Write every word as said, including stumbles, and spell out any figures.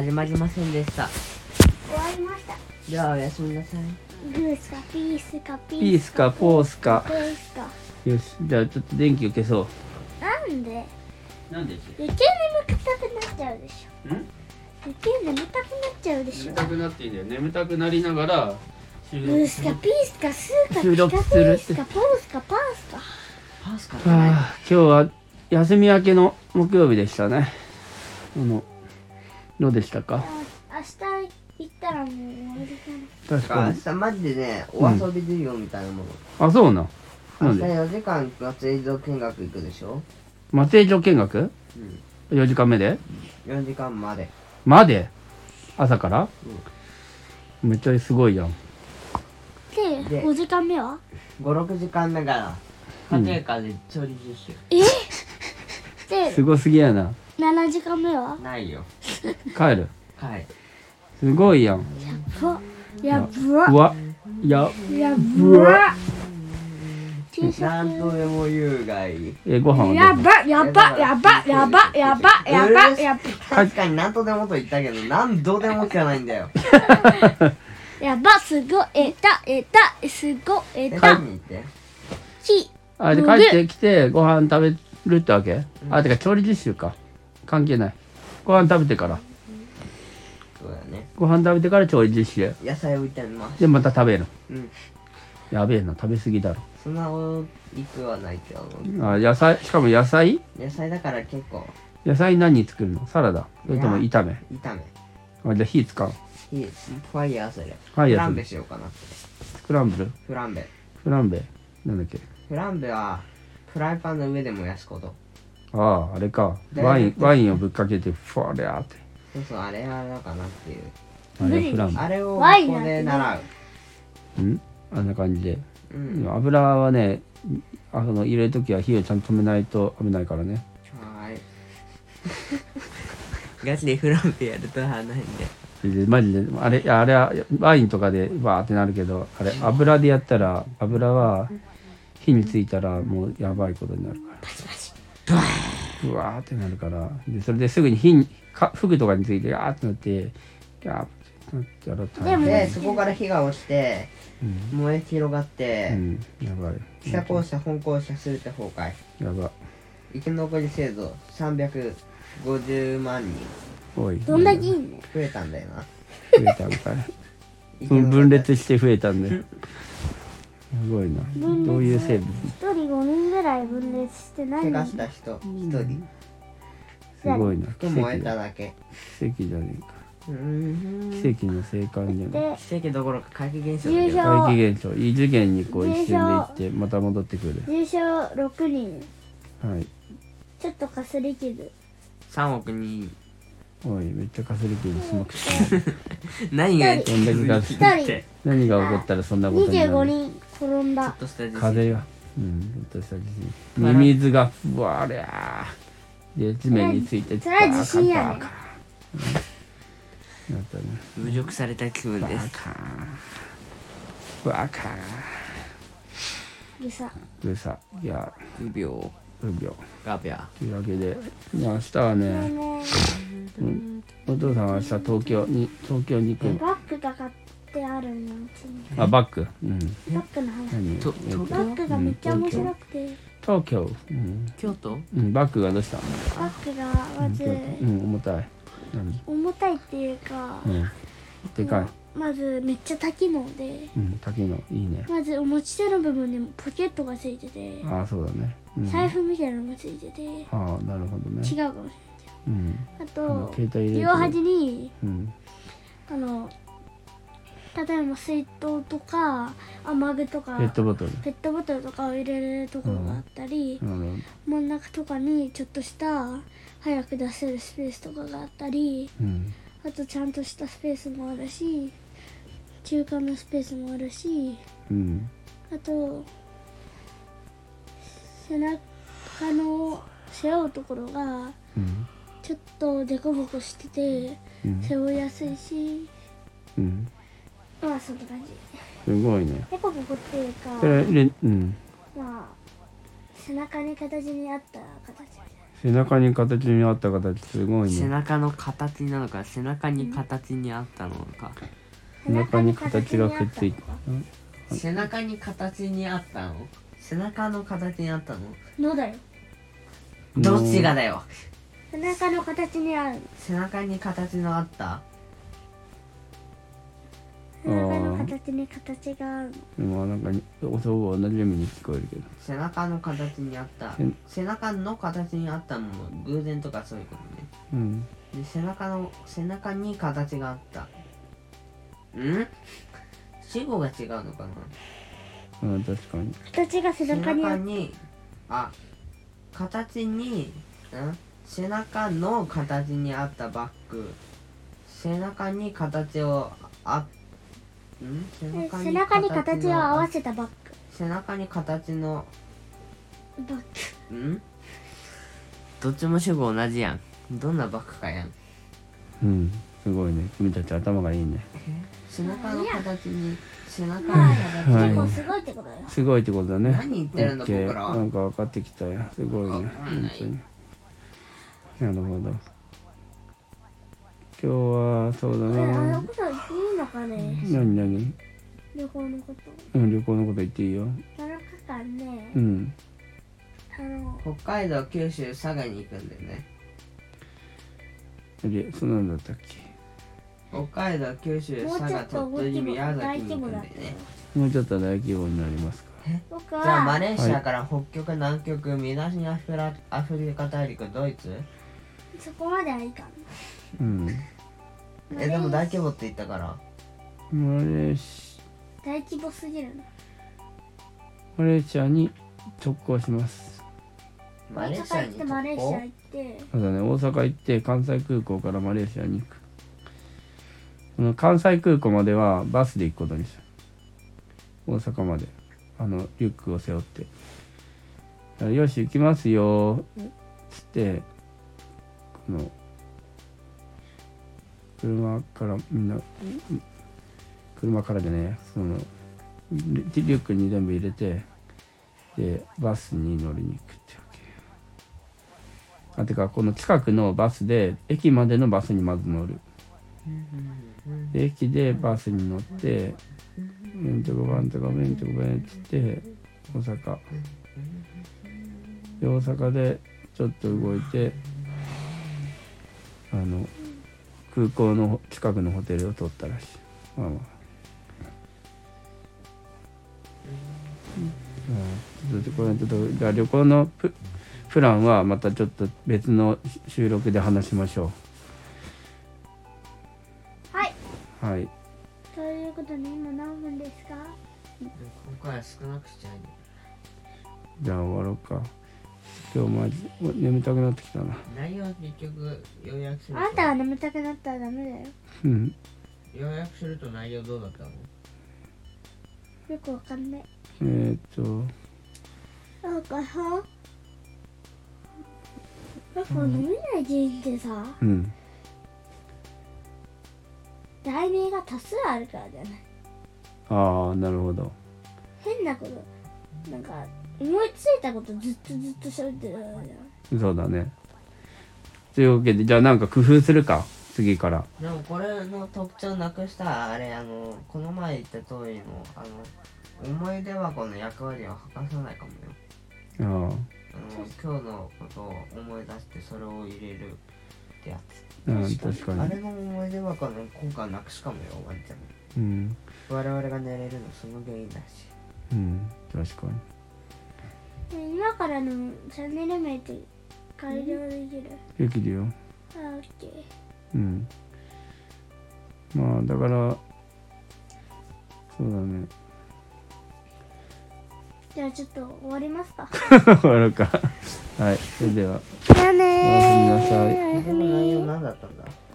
始まりませんでした。 終わりました。 ではおやすみなさい。 グースかピースかピピースかポースか。 ポースか。 よし、じゃあちょっと電気を消そう。 なんでなんで余計眠たくなっちゃうでしょ。 ん余計眠たくなっちゃうでしょ。 眠たくなっていいんだよ。眠たくなりながら収グ録ースかピースかスーか収ピカピ録するースかポースかパースか。 パースかはあ、今日は休み明けの木曜日でしたね。あのどうでしたか？ 明日行ったらもう終わりかな。 確かに。 明日マジでね、お遊び授業みたいなもの。 あ、そうな。な明日んで？ よじかん松江城見学行くでしょ。 松江城見学？ うん。 よじかんめで？ よじかんまで。 まで？朝から？めっちゃすごいやん。 で、 でごじかんめはご、ろくじかんめから家庭科で調理実習。 えすごすぎやな。 ななじかんめはないよ。 帰る。 はい。 すごいやん。 ぶわやぶわうわ、や、 やぶわ T シなんャとでも言うがいい。 え、ご飯ツやはどうばやばやばやばやばやばやば確かに何とでもと言ったけど、何度でも聞かないんだよ。 やばすごいえたえたすごいええ、 た何言ってちあ、で帰ってきてご飯食べるってわけ？あ、てか調理実習か。関係ない。ご飯食べてから。 そうだね。 ご飯食べてから調理実習。 野菜を炒めます。 で、また食べる。 うん。 やべえな、食べ過ぎだろ。 そんな大きくはないけど、 あ、野菜、しかも野菜野菜だから結構野菜何作るの？サラダ？それとも炒め？ 炒め。 あ、じゃあ火使う。 いいファイヤーする。 ファイヤーするフランベしようかなって。 スクランブル？ フランベ。 フランベ？なんだっけ？ フランベはフライパンの上で燃やすこと。 ああ、あれか。 でワイン、ワインをぶっかけて、ファーレアって。 そうそう、あれあれだかなっていう。 あれフランあれをこワインなんこてねで習う。 ベ。んあんな感じで。 うん。は油はね、あの入れるときは火をちゃんと止めないと危ないからね。 ーい。ガチでフランベやるとはないんで。 でマジであれあれはワインとかでバーってなるけど、あれ油でやったら油は火についたらもうやばいことになるからブワーってなるから、でそれですぐに火にかフグとかについてガーってなってガーってなってやろうとでもで、そこから火が落ちて、 うん、 燃え広がって、 うん、やばい北校舎、本校舎すべて崩壊。 やば生き残り制度さんびゃくごじゅうまんにんおいどんだけいいの増えたんだよな。 増えたんかい分裂して増えたんですごいな。 分裂どういう生物？ 一人ごにんぐらい分裂して何怪我した人ひとり。 すごいな。奇服燃え跡だ。 ただけ。 奇跡じゃねえか。 うーん。 奇跡の生還じゃない。 で奇跡どころか怪奇現象だけど。 優勝怪奇現象、異次元にこう一瞬で行ってまた戻ってくる。 重症ろくにんはい。 ちょっとかすり傷さんおくにおい、めっちゃかすり傷しまくってる。 何がどんだけかすひとり何が起こったらそんなことになる？ にじゅうごにん転んだちょっとした地震。 風が、うん、ちょっとした地震。ミミズがうわありゃーで地面についてそれは地震やねバカバカうんなったね。 侮辱された気分バです。 カバカでさうるさいやうびょうびょうがびゃ。 というわけで、まあ、明日はね、 ねうん、お父さんは明日東京に東京に行くバッグが買ってあるのうちにあバッグうんバッグの話何とえっとバッグがめっちゃ面白くて東京うん、 京都うん、バッグがどうしたの？ バッグがまずうん重たい何重たいっていうかうんでかいまずめっちゃ多機能でうん竹のいいねまずお持ち手の部分にもポケットがついててああそうだね、うん、 財布みたいなのがついてて違うああなるほどねかもしれないうんああのと携帯入れて両端にうんあの例えば水筒とか雨具とかペットボトルペットボトルとかを入れるところがあったり、 あの真ん中とかにちょっとした早く出せるスペースとかがあったりうんあとちゃんとしたスペースもあるし中間のスペースもあるしうんあと背中の背負うところがうんちょっとデコボコしててうん背負いやすいしうんまあそんな感じすごいねデコボコっていうかそれでうんまあ背中に形に合った形みたいな背中に形にあった形すごい背ね。 中の形なのか背中に形にあったのか背中に形がくっついて背中に形にあったの背中の形にあったののだよ。 どっちがだよ背中の形にある。 背中に形のあった背中の形に形があるの。 まあなんかにそう同じように聞こえるけど、 背中の形にあったせん背中の形にあったもの偶然とかそういうことねうんで背中の背中に形があったん主語が違うのかなうん確かに形が背背中にある。 中にあ形にん背中の形にあったバッグ背中に形をあん背え背中に形を合わせたバッグ。 背中に形のバッグ。 んどっちも主語同じやんどんなバッグかやんうんすごいね君たち頭がいいね。 背中の形に背中のまあ形はい結構すごいってことだよ。 すごいってことだね。 何言ってるんだオッケー僕らはなんか分かってきたよ。すごいねわかんない本当に。なるほど。今日はそうだえあのな。 こと言っていいのかね。 何何旅行のこと。 うん旅行のこと言っていいよ。 ななかかんねう。んあの北海道九州佐賀に行くんだよねでそんなんだったっけ。 北海道九州もう佐賀ちょっと鳥取宮大崎に行くん規模だったよだよね。 もうちょっと大規模になりますか。 僕じゃあマはレーシアから北極南極南アフラアフリカ大陸ドイツそこまではいいかな。 うんえでも大規模って言ったからマレーシ大規模すぎるな。 マレーシアに直行します。 大マレーシア阪行ってにマレーシア直行ってそうだね大阪行って関西空港からマレーシアに行く。その関西空港まではバスで行くことにした。大阪まであのリュックを背負って「よし行きますよ」つってこの車からみんな車からでねそのリリュックに全部入れてでバスに乗りに行くってわけ。あてかこの近くのバスで駅までのバスにまず乗る。で駅でバスに乗ってベントコバンとかベントコベンっつって大阪で大阪でちょっと動いてあの空港の近くのホテルを取ったらしい。まあまあうん、ちょっとこれちょっとじゃあ旅行のププランはまたちょっと別の収録で話しましょはい。 う。はい。 ということで今何分ですか？ 今回は少なくしちゃいねじゃあ終わろうか。今日マジ眠たくなってきたな。 内容は結局要約するとあんたが眠たくなったらダメだよ。 うん。 要約すると内容どうだったのよくわかんない。 えー、っとなんかさ、なんか飲めない人ってさ、 うん題名が多数あるからじゃない。 ああなるほど。 変なことなんか思いついたことずっとずっと喋ってるからじゃん。 そうだね。というわけでじゃあなんか工夫するか次から。 でもこれの特徴なくしたらあれあのこの前言った通りのあの思い出箱の役割を果たさないかもよ。 ああの今日のことを思い出してそれを入れるってやつ。 あ、うん、確かに。 あれの思い出箱の効果なくしかもよワンちゃん。 うん我々が寝れるのその原因だし。 うん確かに。 今からのチャンネル名って改良できる？ できるよ。 あ、オッケー。 うん。まあだからそうだね。 じゃあちょっと終わりますか。 終わろうか。はい。それではじゃあねー。 おやすみなさいおやすみこの内容何だったんだ